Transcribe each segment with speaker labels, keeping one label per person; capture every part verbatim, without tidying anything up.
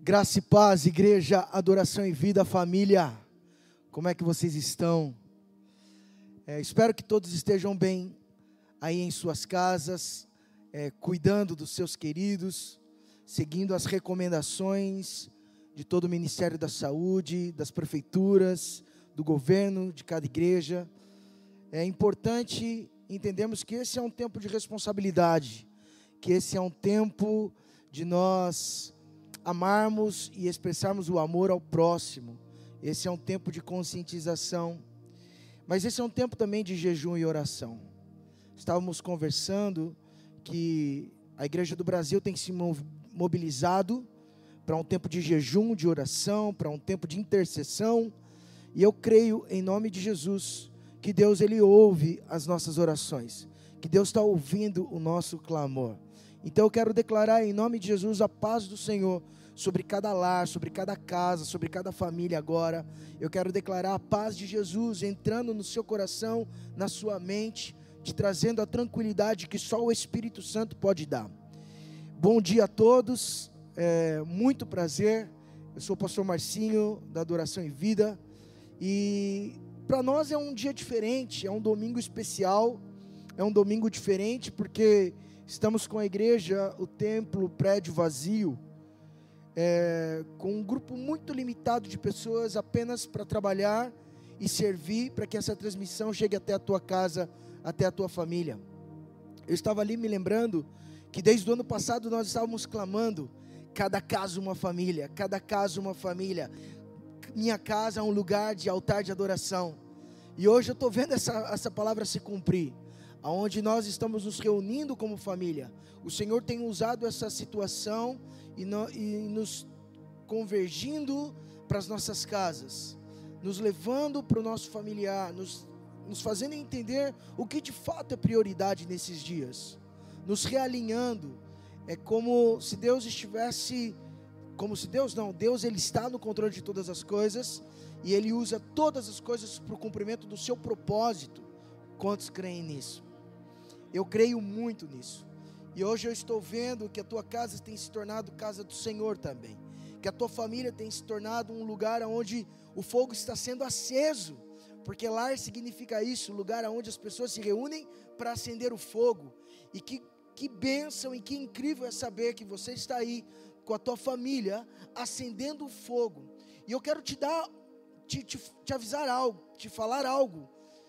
Speaker 1: Graça e paz, igreja, adoração e vida, família. Como é que vocês estão? É, espero que todos estejam bem aí em suas casas, é, cuidando dos seus queridos, seguindo as recomendações de todo o Ministério da Saúde, das prefeituras, do governo, de cada igreja. É importante entendermos que esse é um tempo de responsabilidade, que esse é um tempo de nós amarmos e expressarmos o amor ao próximo. Esse é um tempo de conscientização, mas esse é um tempo também de jejum e oração. Estávamos conversando que a Igreja do Brasil tem se mobilizado para um tempo de jejum, de oração, para um tempo de intercessão, e eu creio em nome de Jesus que Deus ele ouve as nossas orações, que Deus está ouvindo o nosso clamor. Então eu quero declarar em nome de Jesus a paz do Senhor sobre cada lar, sobre cada casa, sobre cada família agora. Eu quero declarar a paz de Jesus entrando no seu coração, na sua mente, te trazendo a tranquilidade que só o Espírito Santo pode dar. Bom dia a todos, é muito prazer. Eu sou o pastor Marcinho, da Adoração e Vida, e para nós é um dia diferente, é um domingo especial, é um domingo diferente porque estamos com a igreja, o templo, o prédio vazio, é, com um grupo muito limitado de pessoas apenas para trabalhar e servir para que essa transmissão chegue até a tua casa, até a tua família. Eu estava ali me lembrando que desde o ano passado nós estávamos clamando, cada casa uma família, cada casa uma família, minha casa é um lugar de altar de adoração, e hoje eu estou vendo essa, essa palavra se cumprir, aonde nós estamos nos reunindo como família. O Senhor tem usado essa situação e, no, e nos convergindo para as nossas casas, nos levando para o nosso familiar, nos, nos fazendo entender o que de fato é prioridade nesses dias, nos realinhando. É como se Deus estivesse, como se Deus não, Deus ele está no controle de todas as coisas, e Ele usa todas as coisas para o cumprimento do seu propósito. Quantos creem nisso? Eu creio muito nisso, e hoje eu estou vendo que a tua casa tem se tornado casa do Senhor também, que a tua família tem se tornado um lugar onde o fogo está sendo aceso, porque lar significa isso, lugar onde as pessoas se reúnem para acender o fogo. E que, que bênção e que incrível é saber que você está aí com a tua família acendendo o fogo. E eu quero te dar, te, te, te avisar algo, te falar algo,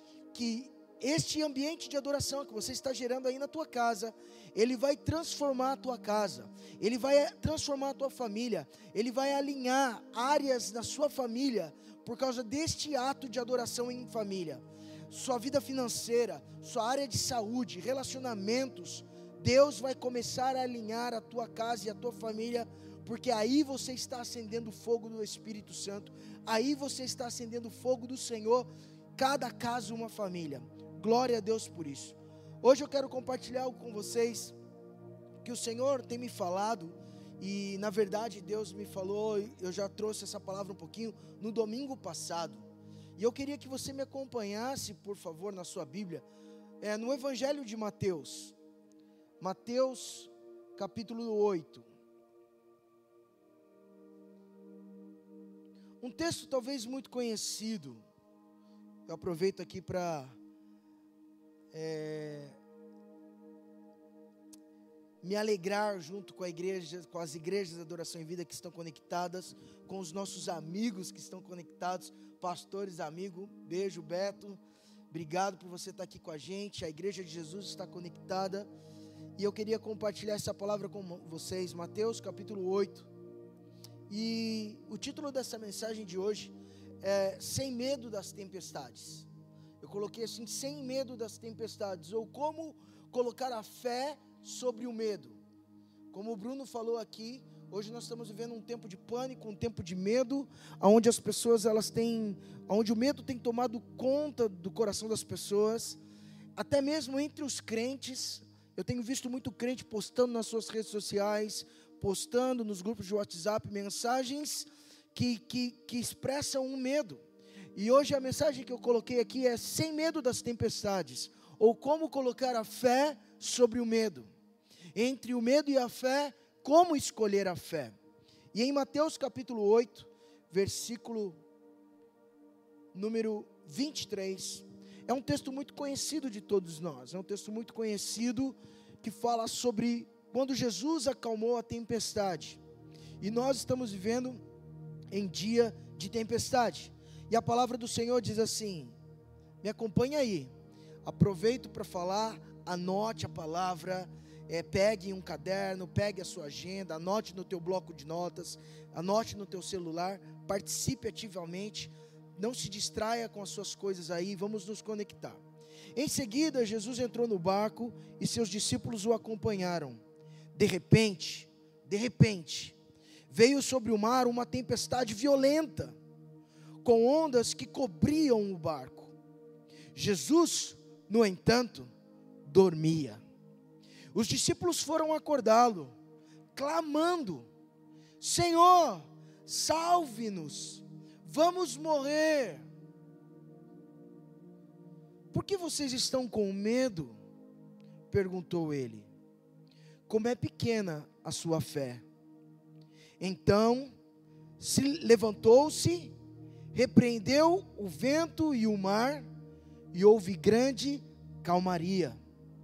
Speaker 1: que este ambiente de adoração que você está gerando aí na tua casa, ele vai transformar a tua casa, ele vai transformar a tua família, ele vai alinhar áreas na sua família, por causa deste ato de adoração em família. Sua vida financeira, sua área de saúde, relacionamentos, Deus vai começar a alinhar a tua casa e a tua família, porque aí você está acendendo o fogo do Espírito Santo, aí você está acendendo o fogo do Senhor, cada casa uma família. Glória a Deus por isso. Hoje eu quero compartilhar algo com vocês, que o Senhor tem me falado, e na verdade Deus me falou, eu já trouxe essa palavra um pouquinho no domingo passado, e eu queria que você me acompanhasse, por favor, na sua Bíblia, é, no Evangelho de Mateus, Mateus capítulo oito, um texto talvez muito conhecido. Eu aproveito aqui para é, me alegrar junto com a igreja, com as igrejas de adoração e vida que estão conectadas, com os nossos amigos que estão conectados, pastores, amigo, beijo Beto, obrigado por você estar aqui com a gente. A igreja de Jesus está conectada, e eu queria compartilhar essa palavra com vocês, Mateus capítulo oito, e o título dessa mensagem de hoje é Sem Medo das Tempestades. Eu coloquei assim, sem medo das tempestades, ou como colocar a fé sobre o medo. Como o Bruno falou aqui, hoje nós estamos vivendo um tempo de pânico, um tempo de medo, onde as pessoas elas têm, onde o medo tem tomado conta do coração das pessoas, até mesmo entre os crentes. Eu tenho visto muito crente postando nas suas redes sociais, postando nos grupos de WhatsApp mensagens que, que, que expressam um medo. E hoje a mensagem que eu coloquei aqui é sem medo das tempestades, ou como colocar a fé sobre o medo. Entre o medo e a fé, como escolher a fé. E em Mateus capítulo oito, versículo número vinte e três, é um texto muito conhecido de todos nós, é um texto muito conhecido que fala sobre quando Jesus acalmou a tempestade. E nós estamos vivendo em dia de tempestade. E a palavra do Senhor diz assim, me acompanha aí, aproveito para falar, anote a palavra, é, pegue um caderno, pegue a sua agenda, anote no teu bloco de notas, anote no teu celular, participe ativamente, não se distraia com as suas coisas aí, vamos nos conectar. Em seguida, Jesus entrou no barco e seus discípulos o acompanharam. De repente, de repente, veio sobre o mar uma tempestade violenta, com ondas que cobriam o barco. Jesus, no entanto, dormia. Os discípulos foram acordá-lo, clamando: Senhor, salve-nos, vamos morrer. Por que vocês estão com medo? Perguntou ele. Como é pequena a sua fé. Então, se levantou-se, repreendeu o vento e o mar, e houve grande calmaria.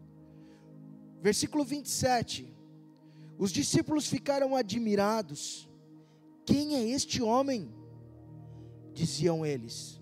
Speaker 1: Versículo vinte e sete. Os discípulos ficaram admirados. Quem é este homem? Diziam eles.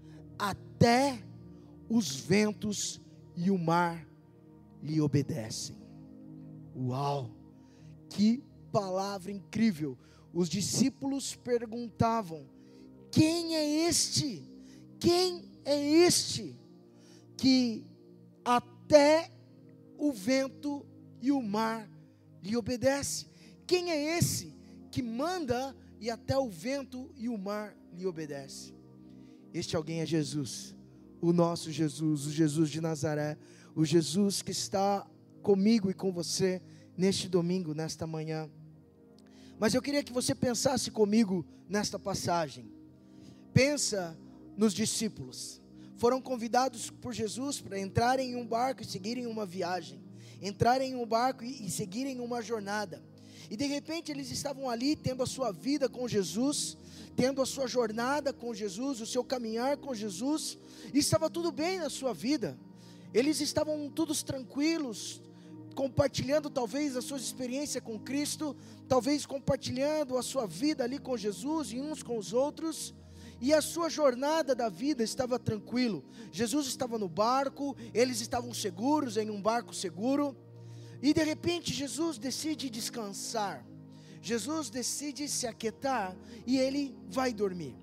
Speaker 1: Até os ventos e o mar lhe obedecem. Uau! Que palavra incrível! Os discípulos perguntavam: quem é este? Quem é este que até o vento e o mar lhe obedecem? Quem é esse que manda e até o vento e o mar lhe obedecem? Este alguém é Jesus, o nosso Jesus, o Jesus de Nazaré, o Jesus que está comigo e com você neste domingo, nesta manhã. Mas eu queria que você pensasse comigo nesta passagem. Pensa nos discípulos. Foram convidados por Jesus para entrarem em um barco e seguirem uma viagem. Entrarem em um barco e, e seguirem uma jornada. E de repente eles estavam ali tendo a sua vida com Jesus, tendo a sua jornada com Jesus, o seu caminhar com Jesus, e estava tudo bem na sua vida. Eles estavam todos tranquilos, compartilhando talvez a sua experiência com Cristo, talvez compartilhando a sua vida ali com Jesus e uns com os outros, e a sua jornada da vida estava tranquilo. Jesus estava no barco, eles estavam seguros em um barco seguro, e de repente Jesus decide descansar, Jesus decide se aquietar, e ele vai dormir.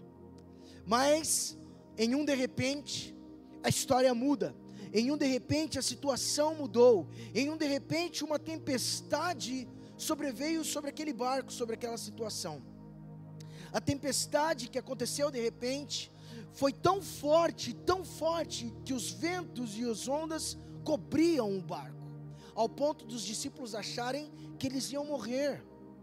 Speaker 1: Mas em um de repente a história muda. Em um de repente a situação mudou. Em um de repente uma tempestade sobreveio sobre aquele barco, sobre aquela situação. A tempestade que aconteceu de repente foi tão forte, tão forte, que os ventos e as ondas cobriam o barco, ao ponto dos discípulos acharem que eles iam morrer,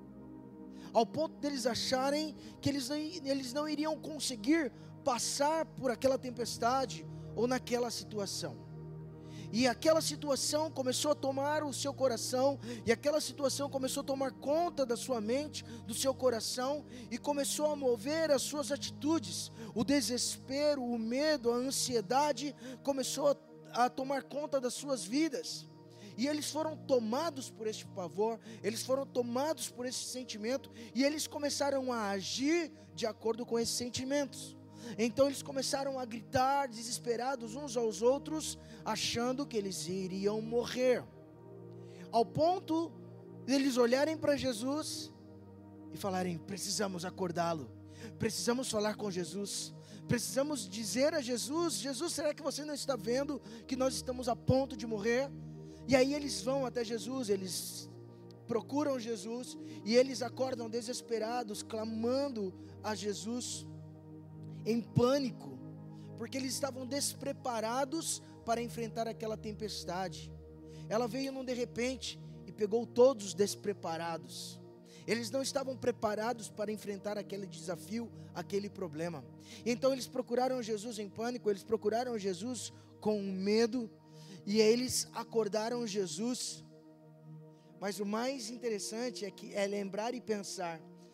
Speaker 1: ao ponto deles acharem que eles não, eles não iriam conseguir passar por aquela tempestade ou naquela situação. E aquela situação começou a tomar o seu coração, e aquela situação começou a tomar conta da sua mente, do seu coração, e começou a mover as suas atitudes. O desespero, o medo, a ansiedade começou a, a tomar conta das suas vidas. E eles foram tomados por este pavor, eles foram tomados por esse sentimento, e eles começaram a agir de acordo com esses sentimentos. Então eles começaram a gritar desesperados uns aos outros, achando que eles iriam morrer, ao ponto de eles olharem para Jesus e falarem: precisamos acordá-lo, precisamos falar com Jesus, precisamos dizer a Jesus: Jesus, será que você não está vendo que nós estamos a ponto de morrer? E aí eles vão até Jesus, eles procuram Jesus, e eles acordam desesperados, clamando a Jesus, em pânico, porque eles estavam despreparados para enfrentar aquela tempestade. Ela veio num de repente e pegou todos despreparados. Eles não estavam preparados para enfrentar aquele desafio, aquele problema. Então eles procuraram Jesus em pânico, eles procuraram Jesus com medo, e eles acordaram Jesus. Mas o mais interessante é, que, é lembrar e pensar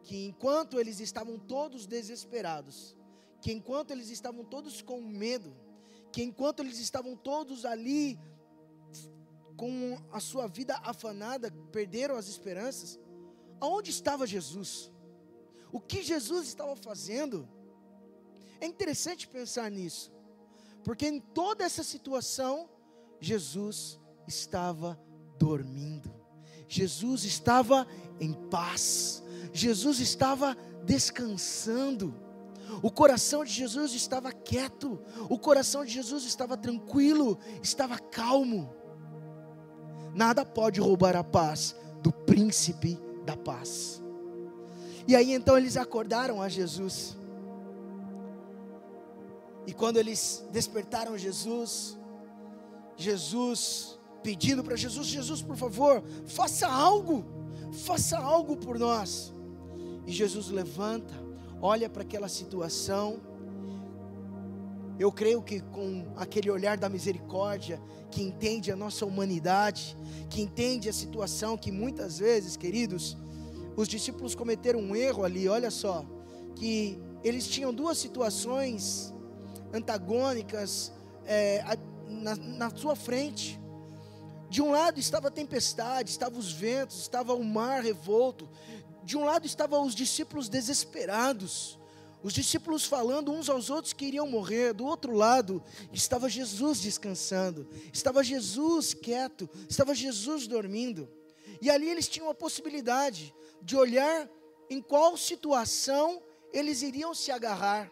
Speaker 1: que enquanto eles estavam todos desesperados, que enquanto eles estavam todos com medo, que enquanto eles estavam todos ali com a sua vida afanada, perderam as esperanças, aonde estava Jesus? O que Jesus estava fazendo? É interessante pensar nisso, porque em toda essa situação, Jesus estava dormindo, Jesus estava em paz, Jesus estava descansando, o coração de Jesus estava quieto, o coração de Jesus estava tranquilo, estava calmo. Nada pode roubar a paz do príncipe da paz. E aí então eles acordaram a Jesus, e quando eles despertaram Jesus, Jesus pedindo para Jesus, Jesus, por favor, faça algo, faça algo por nós. E Jesus levanta, olha para aquela situação, eu creio que com aquele olhar da misericórdia, que entende a nossa humanidade, que entende a situação que muitas vezes, queridos, os discípulos cometeram um erro ali, olha só, que eles tinham duas situações antagônicas é, na, na sua frente. De um lado estava a tempestade, estavam os ventos, estava o mar revolto. De um lado estavam os discípulos desesperados, os discípulos falando uns aos outros que iriam morrer. Do outro lado estava Jesus descansando, estava Jesus quieto, estava Jesus dormindo. E ali eles tinham a possibilidade de olhar em qual situação eles iriam se agarrar,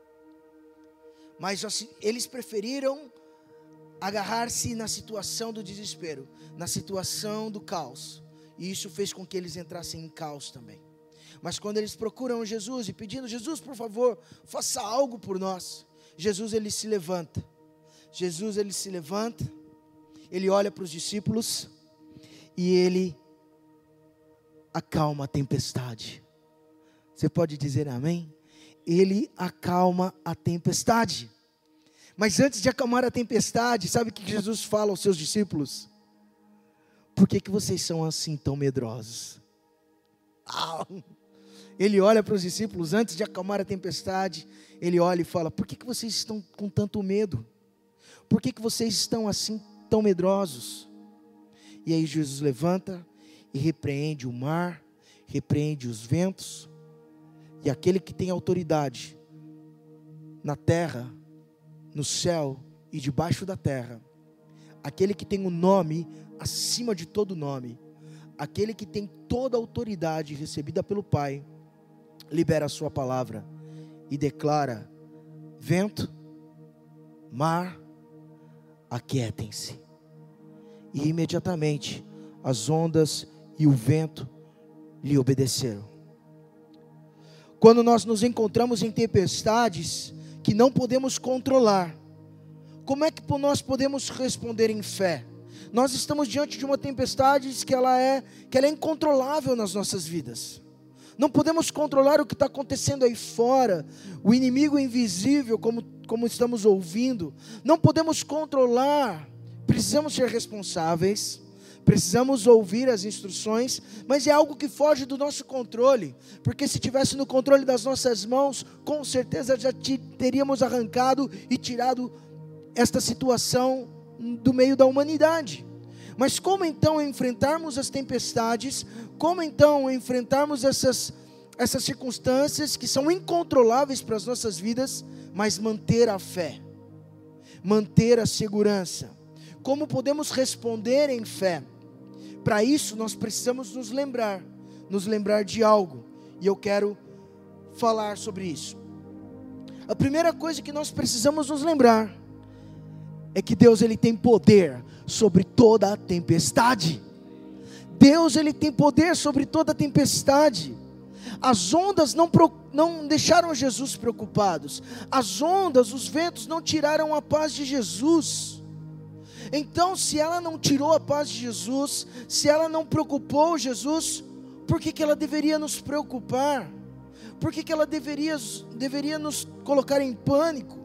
Speaker 1: mas eles preferiram agarrar-se na situação do desespero, na situação do caos, e isso fez com que eles entrassem em caos também. Mas quando eles procuram Jesus e pedindo, Jesus, por favor, faça algo por nós, Jesus ele se levanta, Jesus ele se levanta, ele olha para os discípulos e ele acalma a tempestade. Você pode dizer amém? Ele acalma a tempestade. Mas antes de acalmar a tempestade, sabe o que Jesus fala aos seus discípulos? Por que que vocês são assim tão medrosos? Ah, ele olha para os discípulos, antes de acalmar a tempestade, ele olha e fala, por que que vocês estão com tanto medo? Por que que vocês estão assim tão medrosos? E aí Jesus levanta e repreende o mar, repreende os ventos, e aquele que tem autoridade na terra, no céu e debaixo da terra, aquele que tem o nome acima de todo nome, aquele que tem toda a autoridade recebida pelo Pai, libera a sua palavra e declara, vento, mar, aquietem-se. E imediatamente as ondas e o vento lhe obedeceram. Quando nós nos encontramos em tempestades que não podemos controlar, como é que nós podemos responder em fé? Nós estamos diante de uma tempestade que ela é, que ela é incontrolável nas nossas vidas. Não podemos controlar o que está acontecendo aí fora, o inimigo invisível, como, como estamos ouvindo. Não podemos controlar, precisamos ser responsáveis, precisamos ouvir as instruções, mas é algo que foge do nosso controle, porque se tivesse no controle das nossas mãos, com certeza já te, teríamos arrancado e tirado esta situação do meio da humanidade. Mas como então enfrentarmos as tempestades, como então enfrentarmos essas, essas circunstâncias que são incontroláveis para as nossas vidas, mas manter a fé, manter a segurança? Como podemos responder em fé? Para isso nós precisamos nos lembrar, nos lembrar de algo, e eu quero falar sobre isso. A primeira coisa que nós precisamos nos lembrar é que Deus ele tem poder sobre toda a tempestade. Deus ele tem poder sobre toda a tempestade. As ondas não, não deixaram Jesus preocupados. As ondas, os ventos não tiraram a paz de Jesus. Então, se ela não tirou a paz de Jesus, se ela não preocupou Jesus, por que que ela deveria nos preocupar? Por que que ela deveria, deveria nos colocar em pânico?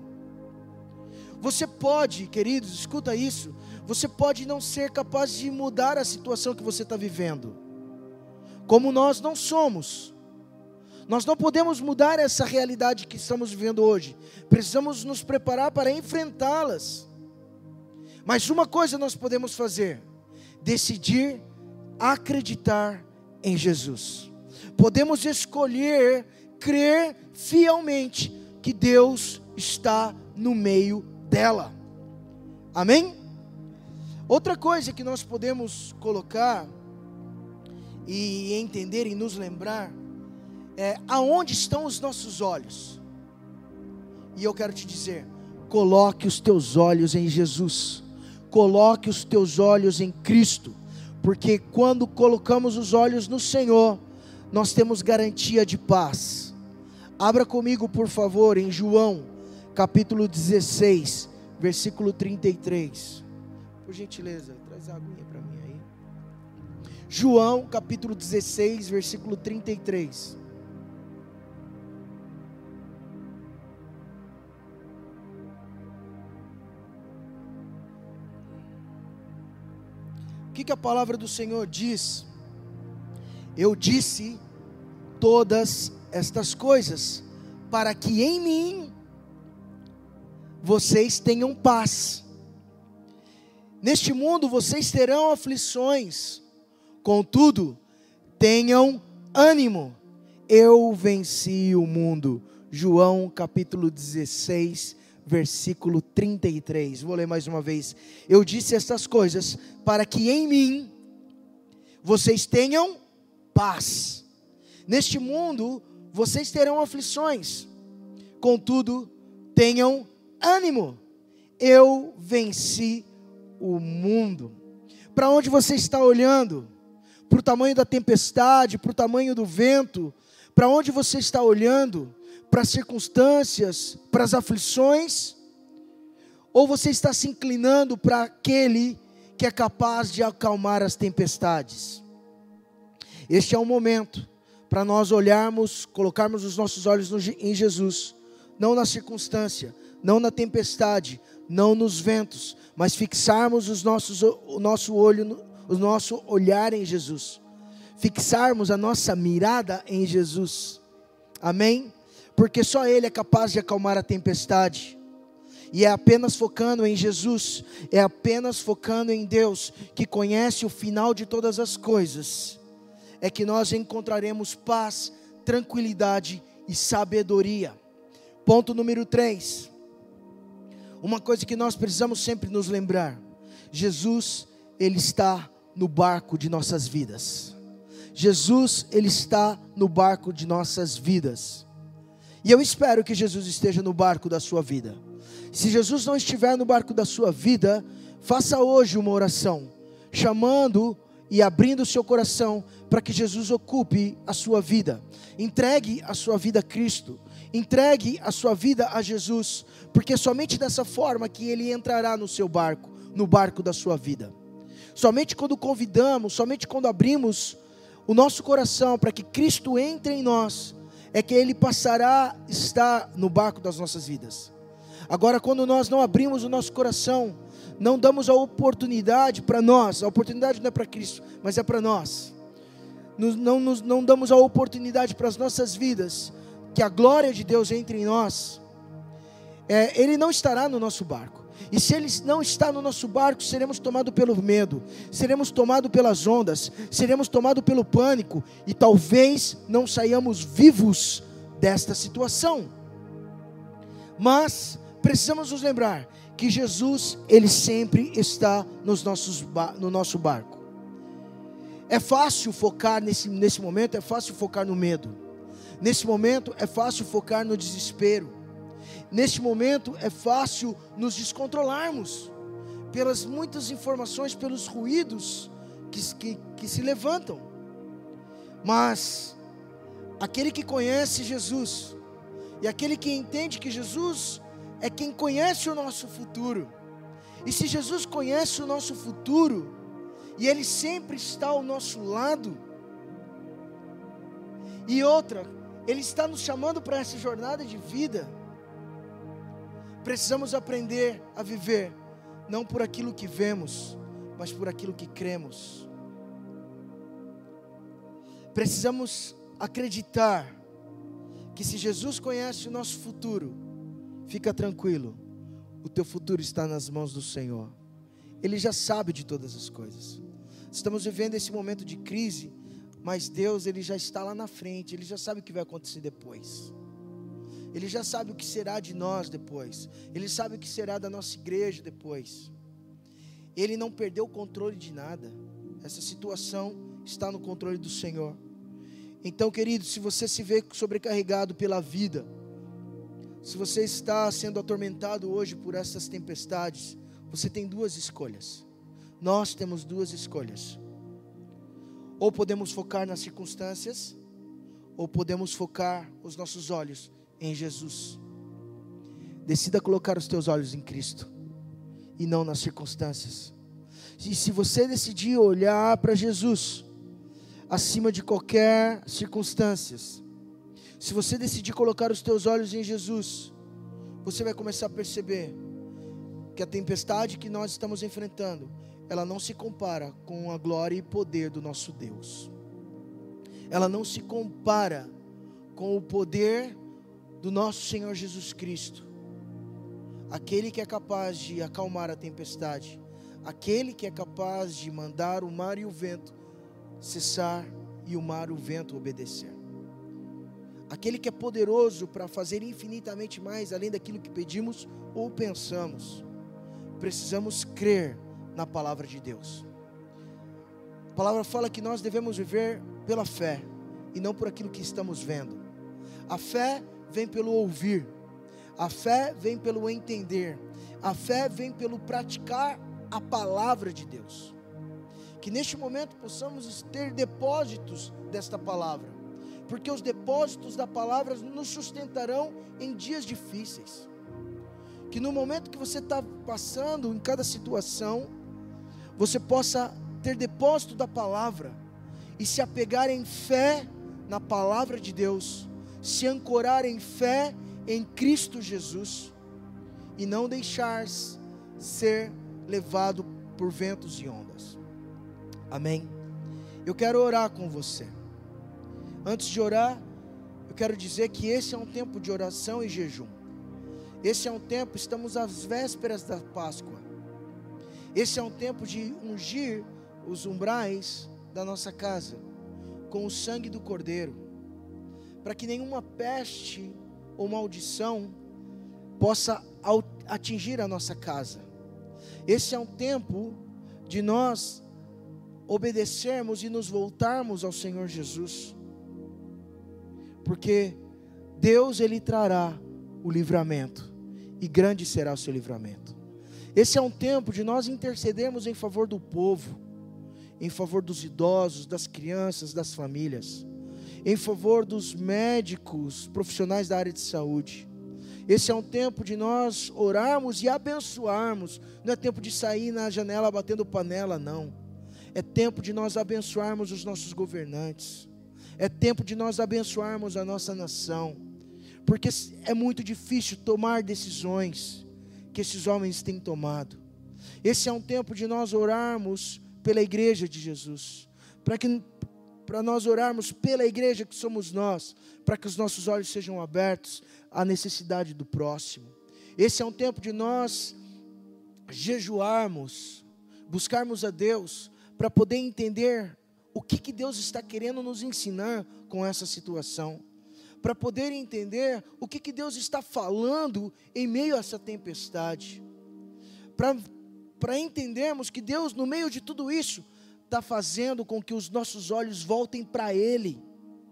Speaker 1: Você pode, queridos, escuta isso, você pode não ser capaz de mudar a situação que você está vivendo, como nós não somos, Nós não podemos mudar essa realidade que estamos vivendo hoje. Precisamos nos preparar para enfrentá-las. Mas uma coisa nós podemos fazer: decidir acreditar em Jesus. Podemos escolher crer fielmente que Deus está no meio dela. Amém? Outra coisa que nós podemos colocar e entender e nos lembrar é aonde estão os nossos olhos. E eu quero te dizer: coloque os teus olhos em Jesus. Coloque os teus olhos em Cristo, porque quando colocamos os olhos no Senhor, nós temos garantia de paz. Abra comigo, por favor, em João, capítulo dezesseis, versículo trinta e três. Por gentileza, traz a aguinha para mim aí. João, capítulo dezesseis, versículo trinta e três. O que, que a palavra do Senhor diz? Eu disse todas estas coisas para que em mim vocês tenham paz. Neste mundo vocês terão aflições, contudo, tenham ânimo, eu venci o mundo. João capítulo dezesseis, versículo trinta e três, vou ler mais uma vez. Eu disse estas coisas para que em mim vocês tenham paz. Neste mundo vocês terão aflições, contudo, tenham ânimo, eu venci o mundo. Para onde você está olhando? Para o tamanho da tempestade, para o tamanho do vento? Para onde você está olhando? Para as circunstâncias, para as aflições? Ou você está se inclinando para aquele que é capaz de acalmar as tempestades? Este é o momento para nós olharmos, colocarmos os nossos olhos no, em Jesus, não na circunstância, não na tempestade, não nos ventos, mas fixarmos os nossos, o nosso olho, o nosso olhar em Jesus, fixarmos a nossa mirada em Jesus, amém? Porque só Ele é capaz de acalmar a tempestade, e é apenas focando em Jesus, é apenas focando em Deus, que conhece o final de todas as coisas, é que nós encontraremos paz, tranquilidade e sabedoria. Ponto número três, uma coisa que nós precisamos sempre nos lembrar: Jesus, Ele está no barco de nossas vidas. Jesus, Ele está no barco de nossas vidas. E eu espero que Jesus esteja no barco da sua vida. Se Jesus não estiver no barco da sua vida, faça hoje uma oração, chamando e abrindo o seu coração para que Jesus ocupe a sua vida. Entregue a sua vida a Cristo, entregue a sua vida a Jesus, porque somente dessa forma que Ele entrará no seu barco, no barco da sua vida. Somente quando convidamos, somente quando abrimos o nosso coração para que Cristo entre em nós, é que Ele passará a estar no barco das nossas vidas. Agora, quando nós não abrimos o nosso coração, não damos a oportunidade para nós, a oportunidade não é para Cristo, mas é para nós, nos, não, nos, não damos a oportunidade para as nossas vidas, que a glória de Deus entre em nós, é, Ele não estará no nosso barco. E se Ele não está no nosso barco, seremos tomados pelo medo, seremos tomados pelas ondas, seremos tomados pelo pânico, e talvez não saiamos vivos desta situação. Mas precisamos nos lembrar que Jesus, Ele sempre está nos nossos, no nosso barco. É fácil focar nesse, nesse momento, é fácil focar no medo. Nesse momento é fácil focar no desespero. Neste momento é fácil nos descontrolarmos pelas muitas informações, pelos ruídos que, que, que se levantam. Mas aquele que conhece Jesus, e aquele que entende que Jesus é quem conhece o nosso futuro, e se Jesus conhece o nosso futuro, e Ele sempre está ao nosso lado, e outra, Ele está nos chamando para essa jornada de vida, precisamos aprender a viver, não por aquilo que vemos, mas por aquilo que cremos. Precisamos acreditar que se Jesus conhece o nosso futuro, fica tranquilo, o teu futuro está nas mãos do Senhor. Ele já sabe de todas as coisas. Estamos vivendo esse momento de crise, mas Deus, Ele já está lá na frente, Ele já sabe o que vai acontecer depois. Ele já sabe o que será de nós depois. Ele sabe o que será da nossa igreja depois. Ele não perdeu o controle de nada. Essa situação está no controle do Senhor. Então, querido, se você se vê sobrecarregado pela vida, se você está sendo atormentado hoje por essas tempestades, você tem duas escolhas. Nós temos duas escolhas. Ou podemos focar nas circunstâncias, ou podemos focar os nossos olhos em Jesus. Decida colocar os teus olhos em Cristo e não nas circunstâncias. E se você decidir olhar para Jesus acima de qualquer circunstâncias, se você decidir colocar os teus olhos em Jesus, você vai começar a perceber que a tempestade que nós estamos enfrentando, ela não se compara com a glória e poder do nosso Deus. Ela não se compara com o poder do nosso Senhor Jesus Cristo, aquele que é capaz de acalmar a tempestade, aquele que é capaz de mandar o mar e o vento cessar e o mar e o vento obedecer, aquele que é poderoso para fazer infinitamente mais além daquilo que pedimos ou pensamos. Precisamos crer na palavra de Deus. A palavra fala que nós devemos viver pela fé e não por aquilo que estamos vendo. A fé vem pelo ouvir, a fé vem pelo entender, a fé vem pelo praticar a palavra de Deus. Que neste momento possamos ter depósitos desta palavra, porque os depósitos da palavra nos sustentarão em dias difíceis. Que no momento que você está passando em cada situação, você possa ter depósito da palavra e se apegar em fé na palavra de Deus, se ancorar em fé em Cristo Jesus e não deixar ser levado por ventos e ondas. Amém? Eu quero orar com você. Antes de orar, eu quero dizer que esse é um tempo de oração e jejum. Esse é um tempo, estamos às vésperas da Páscoa. Esse é um tempo de ungir os umbrais da nossa casa com o sangue do Cordeiro, para que nenhuma peste ou maldição possa atingir a nossa casa. Esse é um tempo de nós obedecermos e nos voltarmos ao Senhor Jesus, porque Deus, Ele trará o livramento, e grande será o seu livramento. Esse é um tempo de nós intercedermos em favor do povo, em favor dos idosos, das crianças, das famílias, em favor dos médicos, profissionais da área de saúde. Esse é um tempo de nós orarmos e abençoarmos. Não é tempo de sair na janela batendo panela, não. É tempo de nós abençoarmos os nossos governantes. É tempo de nós abençoarmos a nossa nação, porque é muito difícil tomar decisões que esses homens têm tomado. Esse é um tempo de nós orarmos pela igreja de Jesus, para que para nós orarmos pela igreja que somos nós, para que os nossos olhos sejam abertos à necessidade do próximo. Esse é um tempo de nós jejuarmos, buscarmos a Deus, para poder entender o que, que Deus está querendo nos ensinar com essa situação, para poder entender o que, que Deus está falando em meio a essa tempestade, para, para entendermos que Deus, no meio de tudo isso, está fazendo com que os nossos olhos voltem para Ele.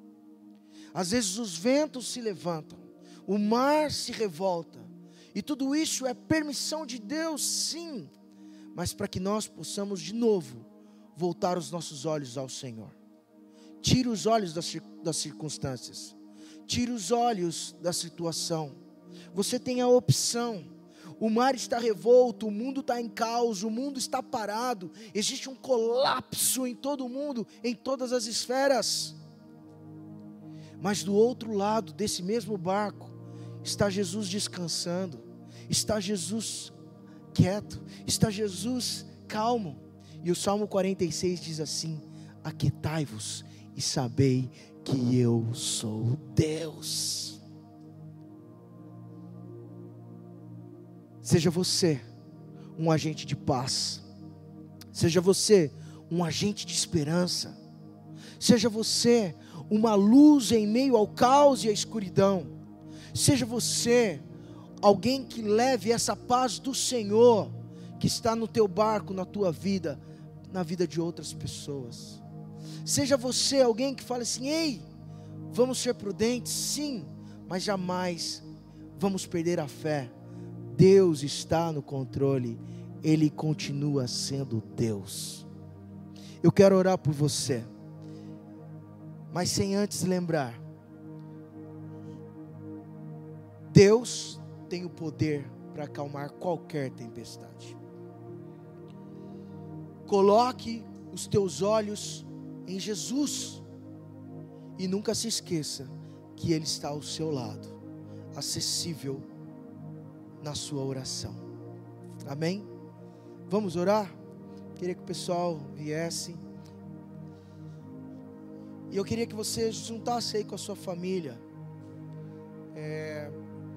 Speaker 1: Às vezes os ventos se levantam, o mar se revolta, e tudo isso é permissão de Deus, sim, mas para que nós possamos de novo voltar os nossos olhos ao Senhor. Tire os olhos das, das circunstâncias, tire os olhos da situação. Você tem a opção. O mar está revolto, o mundo está em caos, o mundo está parado, existe um colapso em todo o mundo, em todas as esferas. Mas do outro lado desse mesmo barco, está Jesus descansando, está Jesus quieto, está Jesus calmo. E o Salmo quarenta e seis diz assim: aquietai-vos e sabei que eu sou Deus. Seja você um agente de paz. Seja você um agente de esperança. Seja você uma luz em meio ao caos e à escuridão. Seja você alguém que leve essa paz do Senhor, que está no teu barco, na tua vida, na vida de outras pessoas. Seja você alguém que fale assim: ei, vamos ser prudentes, sim, mas jamais vamos perder a fé. Deus está no controle, Ele continua sendo Deus. Eu quero orar por você, mas sem antes lembrar, Deus tem o poder para acalmar qualquer tempestade. Coloque os teus olhos em Jesus e nunca se esqueça que Ele está ao seu lado, acessível na sua oração. Amém? Vamos orar? Queria que o pessoal viesse. E eu queria que você juntasse aí com a sua família. É,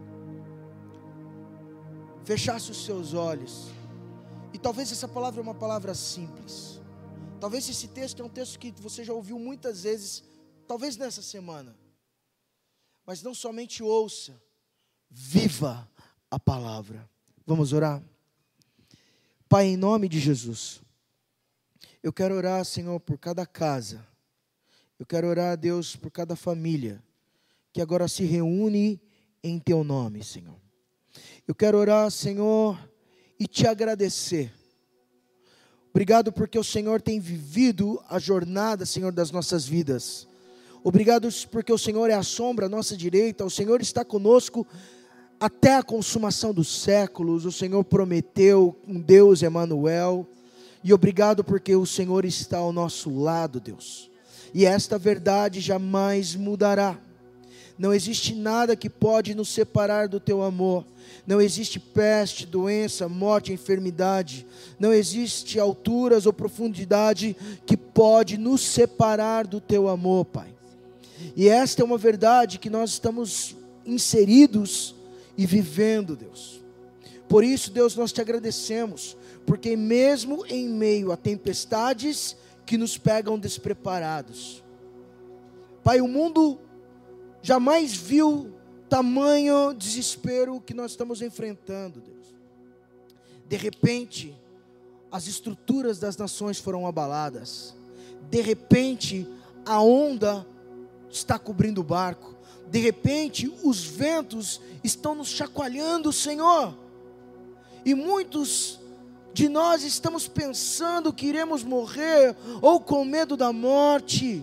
Speaker 1: fechasse os seus olhos. E talvez essa palavra é uma palavra simples. Talvez esse texto é um texto que você já ouviu muitas vezes, talvez nessa semana. Mas não somente ouça, viva a palavra. Vamos orar? Pai, em nome de Jesus, eu quero orar, Senhor, por cada casa. Eu quero orar, Deus, por cada família que agora se reúne em Teu nome, Senhor. Eu quero orar, Senhor, e Te agradecer. Obrigado porque o Senhor tem vivido a jornada, Senhor, das nossas vidas. Obrigado porque o Senhor é a sombra à nossa direita. O Senhor está conosco até a consumação dos séculos. O Senhor prometeu um Deus Emanuel. E obrigado porque o Senhor está ao nosso lado, Deus. E esta verdade jamais mudará. Não existe nada que pode nos separar do Teu amor. Não existe peste, doença, morte, enfermidade. Não existe alturas ou profundidade que pode nos separar do Teu amor, Pai. E esta é uma verdade que nós estamos inseridos e vivendo, Deus. Por isso, Deus, nós Te agradecemos, porque mesmo em meio a tempestades que nos pegam despreparados, Pai, o mundo jamais viu tamanho desespero que nós estamos enfrentando, Deus. De repente, as estruturas das nações foram abaladas. De repente, a onda está cobrindo o barco. De repente, os ventos estão nos chacoalhando, Senhor. E muitos de nós estamos pensando que iremos morrer, ou com medo da morte.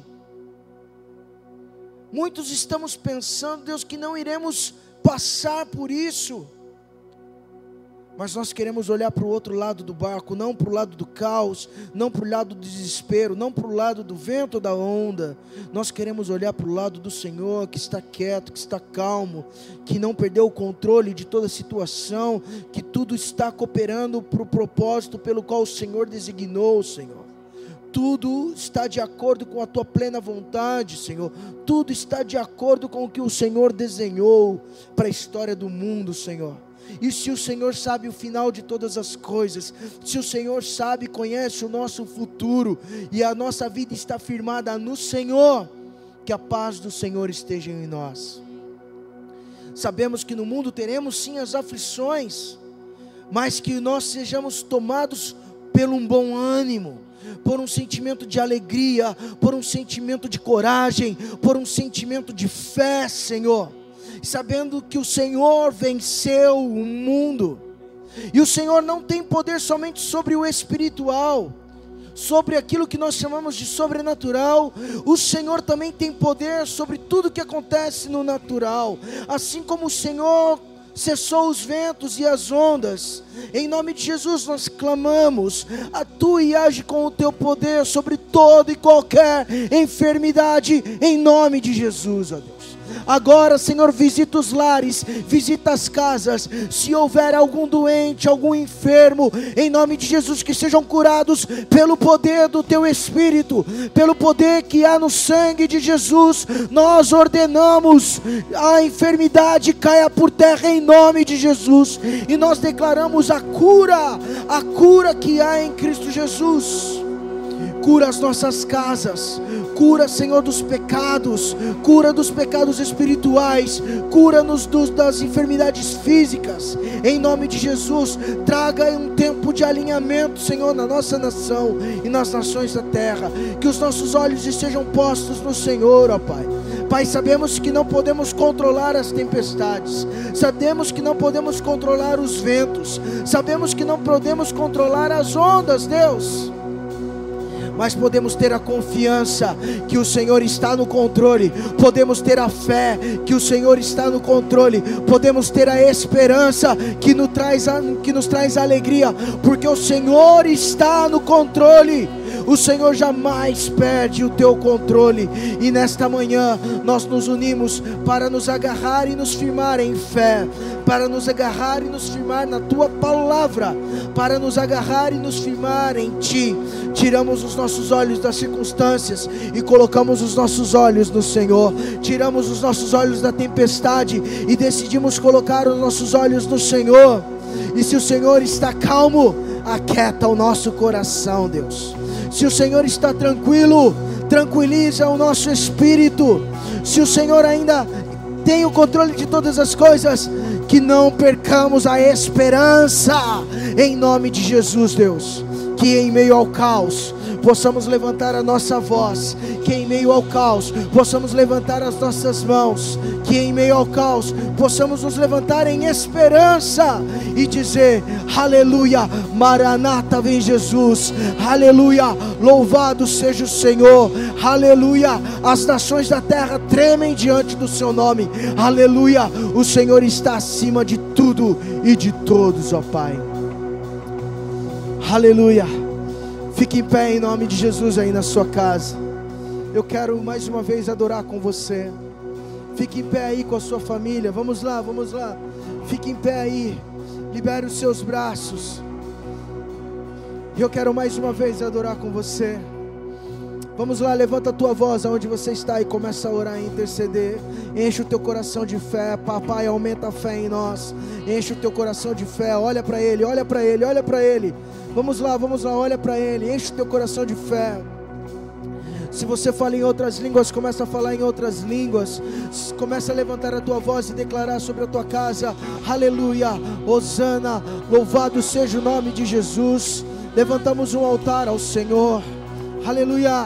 Speaker 1: Muitos estamos pensando, Deus, que não iremos passar por isso. Mas nós queremos olhar para o outro lado do barco, não para o lado do caos, não para o lado do desespero, não para o lado do vento ou da onda. Nós queremos olhar para o lado do Senhor, que está quieto, que está calmo, que não perdeu o controle de toda a situação, que tudo está cooperando para o propósito pelo qual o Senhor designou, Senhor. Tudo está de acordo com a Tua plena vontade, Senhor. Tudo está de acordo com o que o Senhor desenhou para a história do mundo, Senhor. E se o Senhor sabe o final de todas as coisas, se o Senhor sabe e conhece o nosso futuro, e a nossa vida está firmada no Senhor, que a paz do Senhor esteja em nós. Sabemos que no mundo teremos sim as aflições, mas que nós sejamos tomados pelo um bom ânimo, por um sentimento de alegria, por um sentimento de coragem, por um sentimento de fé, Senhor, sabendo que o Senhor venceu o mundo, e o Senhor não tem poder somente sobre o espiritual, sobre aquilo que nós chamamos de sobrenatural. O Senhor também tem poder sobre tudo que acontece no natural. Assim como o Senhor cessou os ventos e as ondas, em nome de Jesus nós clamamos: atua e age com o Teu poder sobre toda e qualquer enfermidade, em nome de Jesus, ó Deus. Agora, Senhor, visita os lares, visita as casas. Se houver algum doente, algum enfermo, em nome de Jesus, que sejam curados pelo poder do Teu Espírito, pelo poder que há no sangue de Jesus. Nós ordenamos a enfermidade caia por terra em nome de Jesus, e nós declaramos a cura, a cura que há em Cristo Jesus. Cura as nossas casas, cura, Senhor, dos pecados, cura dos pecados espirituais, cura-nos dos, das enfermidades físicas, em nome de Jesus. Traga um tempo de alinhamento, Senhor, na nossa nação e nas nações da terra, que os nossos olhos estejam postos no Senhor, ó Pai. Pai, sabemos que não podemos controlar as tempestades, sabemos que não podemos controlar os ventos, sabemos que não podemos controlar as ondas, Deus, mas podemos ter a confiança que o Senhor está no controle, podemos ter a fé que o Senhor está no controle, podemos ter a esperança que nos traz, a, que nos traz alegria, porque o Senhor está no controle. O Senhor jamais perde o teu controle, e nesta manhã nós nos unimos para nos agarrar e nos firmar em fé, para nos agarrar e nos firmar na tua palavra, para nos agarrar e nos firmar em ti. Tiramos os nossos olhos das circunstâncias e colocamos os nossos olhos no Senhor. Tiramos os nossos olhos da tempestade e decidimos colocar os nossos olhos no Senhor. E se o Senhor está calmo, aquieta o nosso coração, Deus. Se o Senhor está tranquilo, tranquiliza o nosso espírito. Se o Senhor ainda tem o controle de todas as coisas, que não percamos a esperança, em nome de Jesus, Deus. Que em meio ao caos possamos levantar a nossa voz, que em meio ao caos possamos levantar as nossas mãos, que em meio ao caos possamos nos levantar em esperança e dizer: aleluia, Maranata, vem Jesus, aleluia, louvado seja o Senhor, aleluia, as nações da terra tremem diante do seu nome, aleluia, o Senhor está acima de tudo e de todos, ó Pai. Aleluia. Fique em pé em nome de Jesus aí na sua casa. Eu quero mais uma vez adorar com você. Fique em pé aí com a sua família. Vamos lá, vamos lá. Fique em pé aí. Libere os seus braços. Eu quero mais uma vez adorar com você. Vamos lá, levanta a tua voz aonde você está e começa a orar e interceder. Enche o teu coração de fé. Papai, aumenta a fé em nós. Enche o teu coração de fé. Olha para Ele, olha para Ele, olha para Ele. Vamos lá, vamos lá, olha para Ele. Enche o teu coração de fé. Se você fala em outras línguas, começa a falar em outras línguas. Começa a levantar a tua voz e declarar sobre a tua casa: aleluia, hosana, louvado seja o nome de Jesus. Levantamos um altar ao Senhor. Aleluia.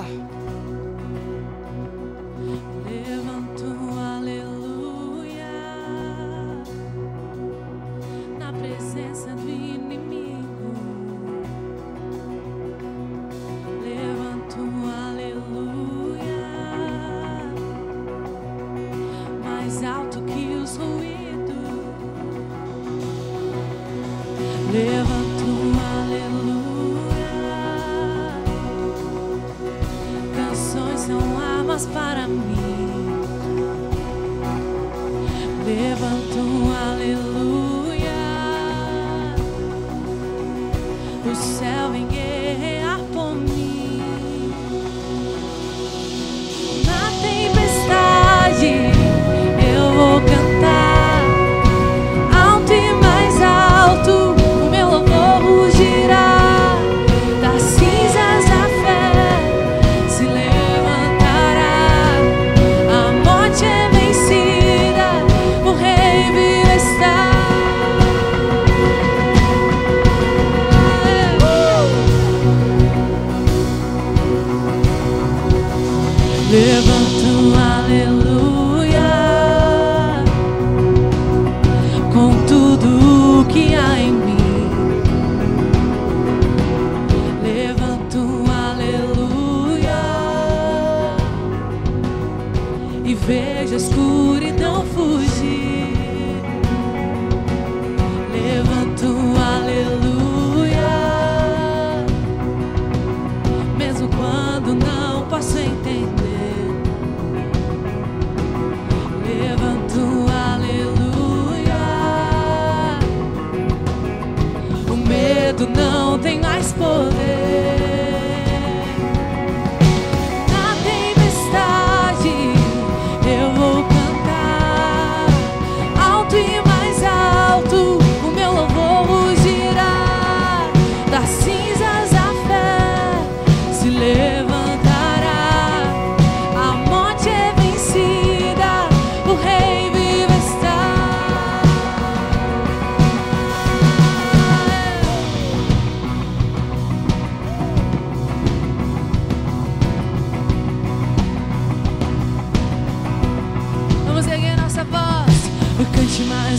Speaker 2: Quando não posso entender,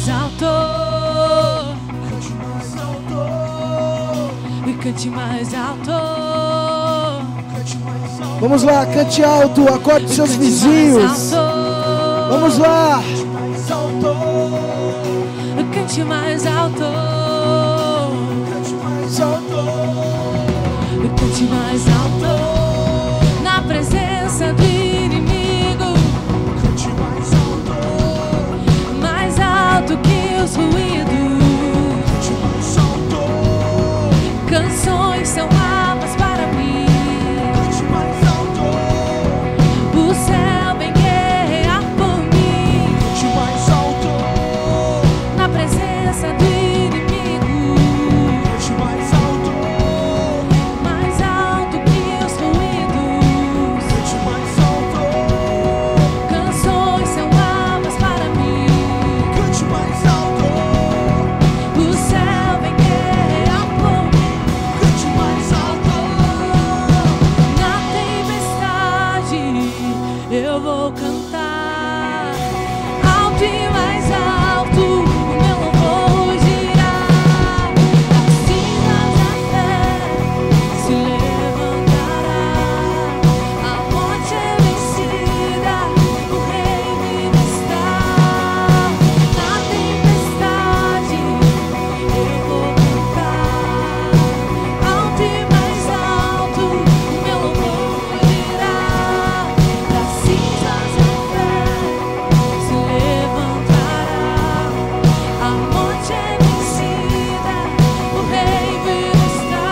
Speaker 2: mais alto,
Speaker 1: cante mais alto,
Speaker 2: e cante mais alto.
Speaker 1: cante mais alto. Vamos lá, cante alto, acorde seus
Speaker 2: Cante
Speaker 1: vizinhos.
Speaker 2: mais alto.
Speaker 1: Vamos lá. Mais alto,
Speaker 2: Cante mais alto,
Speaker 1: cante mais alto,
Speaker 2: cante mais alto, na presença do inimigo,
Speaker 1: cante mais alto,
Speaker 2: mais alto que os ruídos.
Speaker 1: cante mais alto,
Speaker 2: Canções são armas para mim.
Speaker 1: cante mais alto,
Speaker 2: O céu vem guerrear por mim,
Speaker 1: cante mais alto,
Speaker 2: na presença do inimigo,
Speaker 1: cante mais alto,
Speaker 2: mais alto que os ruídos.
Speaker 1: cante mais alto,
Speaker 2: Canções são armas para mim.
Speaker 1: cante mais alto,
Speaker 2: O céu vem guerrear por mim,
Speaker 1: cante mais alto,
Speaker 2: na tempestade eu vou cantar alto e mais alto, o meu louvor girar. Acima da fé se levantará, a morte é vencida, o rei vivo está. Na tempestade eu vou cantar alto e mais alto, o meu louvor girar. Das cinzas a fé se levantará, a morte é vencida, o rei vivo está.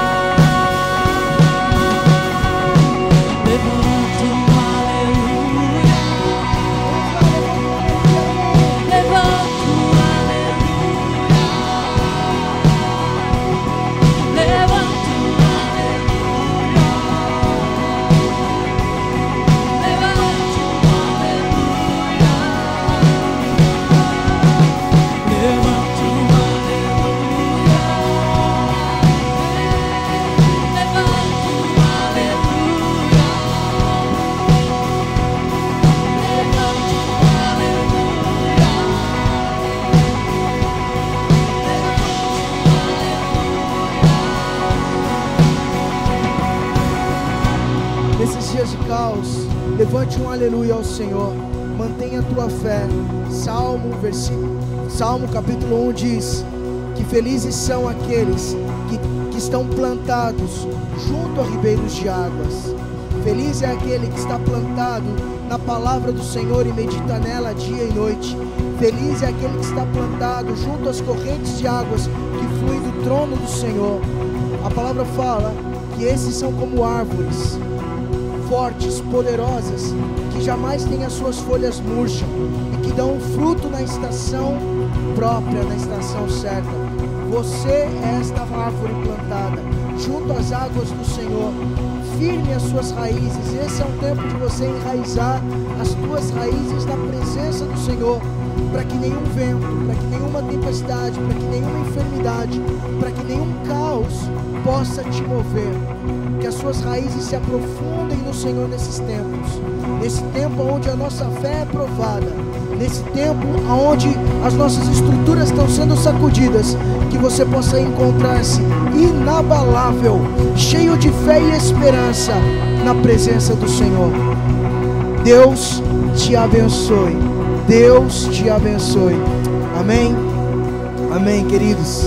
Speaker 2: Levanto um aleluia, levanto um aleluia, levanto um aleluia, levanto um aleluia, levanto um aleluia, levanto um aleluia, levanto um
Speaker 1: Nesses dias de caos, levante um aleluia ao Senhor, mantenha a tua fé. Salmo, versículo, Salmo capítulo um diz que felizes são aqueles que, que estão plantados junto a ribeiros de águas. Feliz é aquele que está plantado na palavra do Senhor e medita nela dia e noite. Feliz é aquele que está plantado junto às correntes de águas que fluem do trono do Senhor. A palavra fala que esses são como árvores fortes, poderosas, que jamais têm as suas folhas murcham e que dão fruto na estação própria, na estação certa. Você é esta árvore plantada junto às águas do Senhor, firme as suas raízes. Esse é um tempo de você enraizar as tuas raízes na presença do Senhor, para que nenhum vento, para que nenhuma tempestade, para que nenhuma enfermidade, para que nenhum caos possa te mover. Que as suas raízes se aprofundem no Senhor nesses tempos, nesse tempo onde a nossa fé é provada, nesse tempo onde as nossas estruturas estão sendo sacudidas, que você possa encontrar-se inabalável, cheio de fé e esperança na presença do Senhor. Deus te abençoe, Deus te abençoe, amém? Amém, queridos.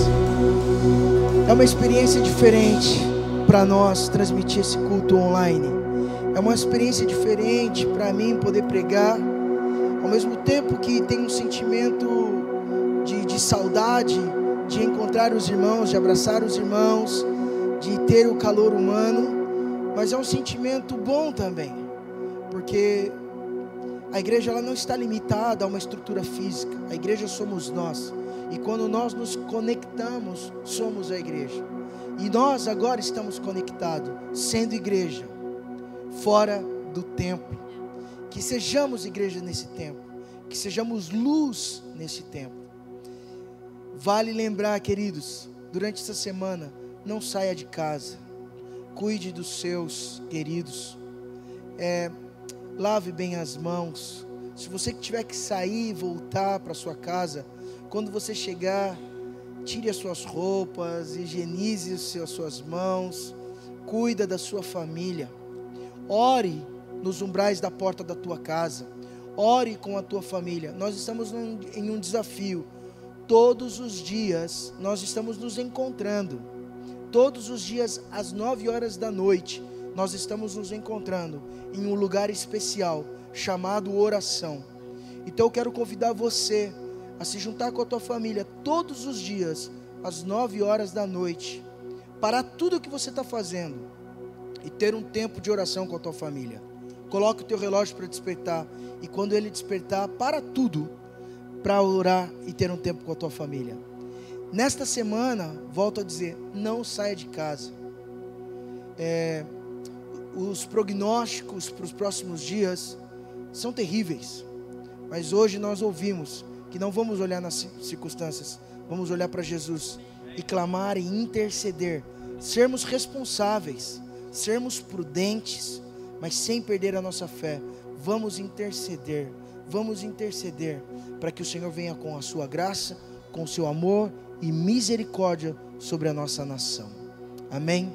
Speaker 1: É uma experiência diferente para nós transmitir esse culto online. É uma experiência diferente para mim poder pregar, ao mesmo tempo que tem um sentimento de, de saudade, de encontrar os irmãos, de abraçar os irmãos, de ter o calor humano, mas é um sentimento bom também, porque a igreja ela não está limitada a uma estrutura física. A igreja somos nós, e quando nós nos conectamos, somos a igreja. E nós agora estamos conectados, sendo igreja, fora do templo. Que sejamos igreja nesse tempo, que sejamos luz nesse tempo. Vale lembrar, queridos, durante essa semana, não saia de casa, cuide dos seus queridos, é, lave bem as mãos. Se você tiver que sair e voltar para sua casa, quando você chegar, tire as suas roupas, higienize as suas mãos, cuida da sua família. Ore nos umbrais da porta da tua casa. Ore com a tua família. Nós estamos num, em um desafio. Todos os dias nós estamos nos encontrando. Todos os dias às nove horas da noite nós estamos nos encontrando em um lugar especial chamado oração. Então eu quero convidar você a se juntar com a tua família todos os dias às nove horas da noite, parar tudo o que você está fazendo e ter um tempo de oração com a tua família. Coloque o teu relógio para despertar, e quando ele despertar, para tudo para orar e ter um tempo com a tua família. Nesta semana, volto a dizer, não saia de casa. É, os prognósticos para os próximos dias são terríveis, mas hoje nós ouvimos que não vamos olhar nas circunstâncias, vamos olhar para Jesus e clamar e interceder, sermos responsáveis, sermos prudentes, mas sem perder a nossa fé. Vamos interceder, vamos interceder para que o Senhor venha com a sua graça, com o seu amor e misericórdia sobre a nossa nação. Amém?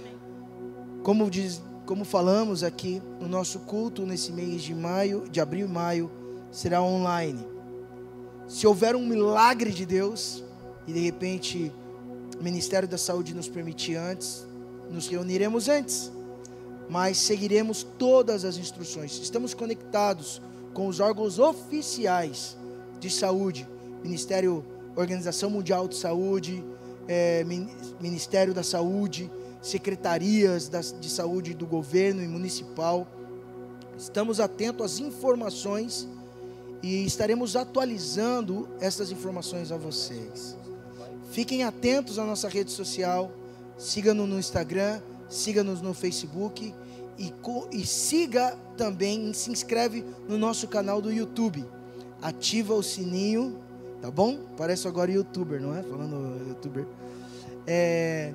Speaker 1: Como diz, como falamos aqui, o nosso culto nesse mês de maio, de abril e maio, será online. Se houver um milagre de Deus e de repente o Ministério da Saúde nos permitir antes, nos reuniremos antes, mas seguiremos todas as instruções. Estamos conectados com os órgãos oficiais de saúde, Ministério, Organização Mundial de Saúde, é, Ministério da Saúde, secretarias das, de saúde do governo e municipal. Estamos atentos às informações e estaremos atualizando essas informações a vocês. Fiquem atentos à nossa rede social, siga-nos no Instagram, siga-nos no Facebook e, e siga também, e se inscreve no nosso canal do YouTube. Ativa o sininho, tá bom? Parece agora youtuber, não é? Falando youtuber. É...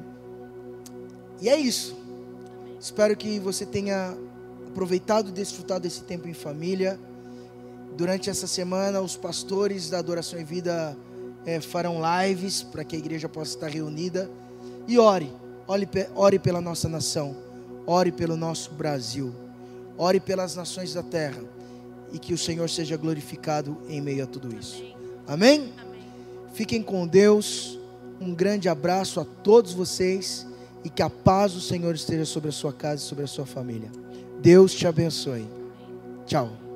Speaker 1: E é isso. Espero que você tenha aproveitado e desfrutado desse tempo em família. Durante essa semana, os pastores da Adoração em Vida é, farão lives para que a igreja possa estar reunida. E ore, ore, ore pela nossa nação, ore pelo nosso Brasil, ore pelas nações da terra, e que o Senhor seja glorificado em meio a tudo isso. Amém? Amém? Fiquem com Deus, um grande abraço a todos vocês, e que a paz do Senhor esteja sobre a sua casa e sobre a sua família. Deus te abençoe. Tchau.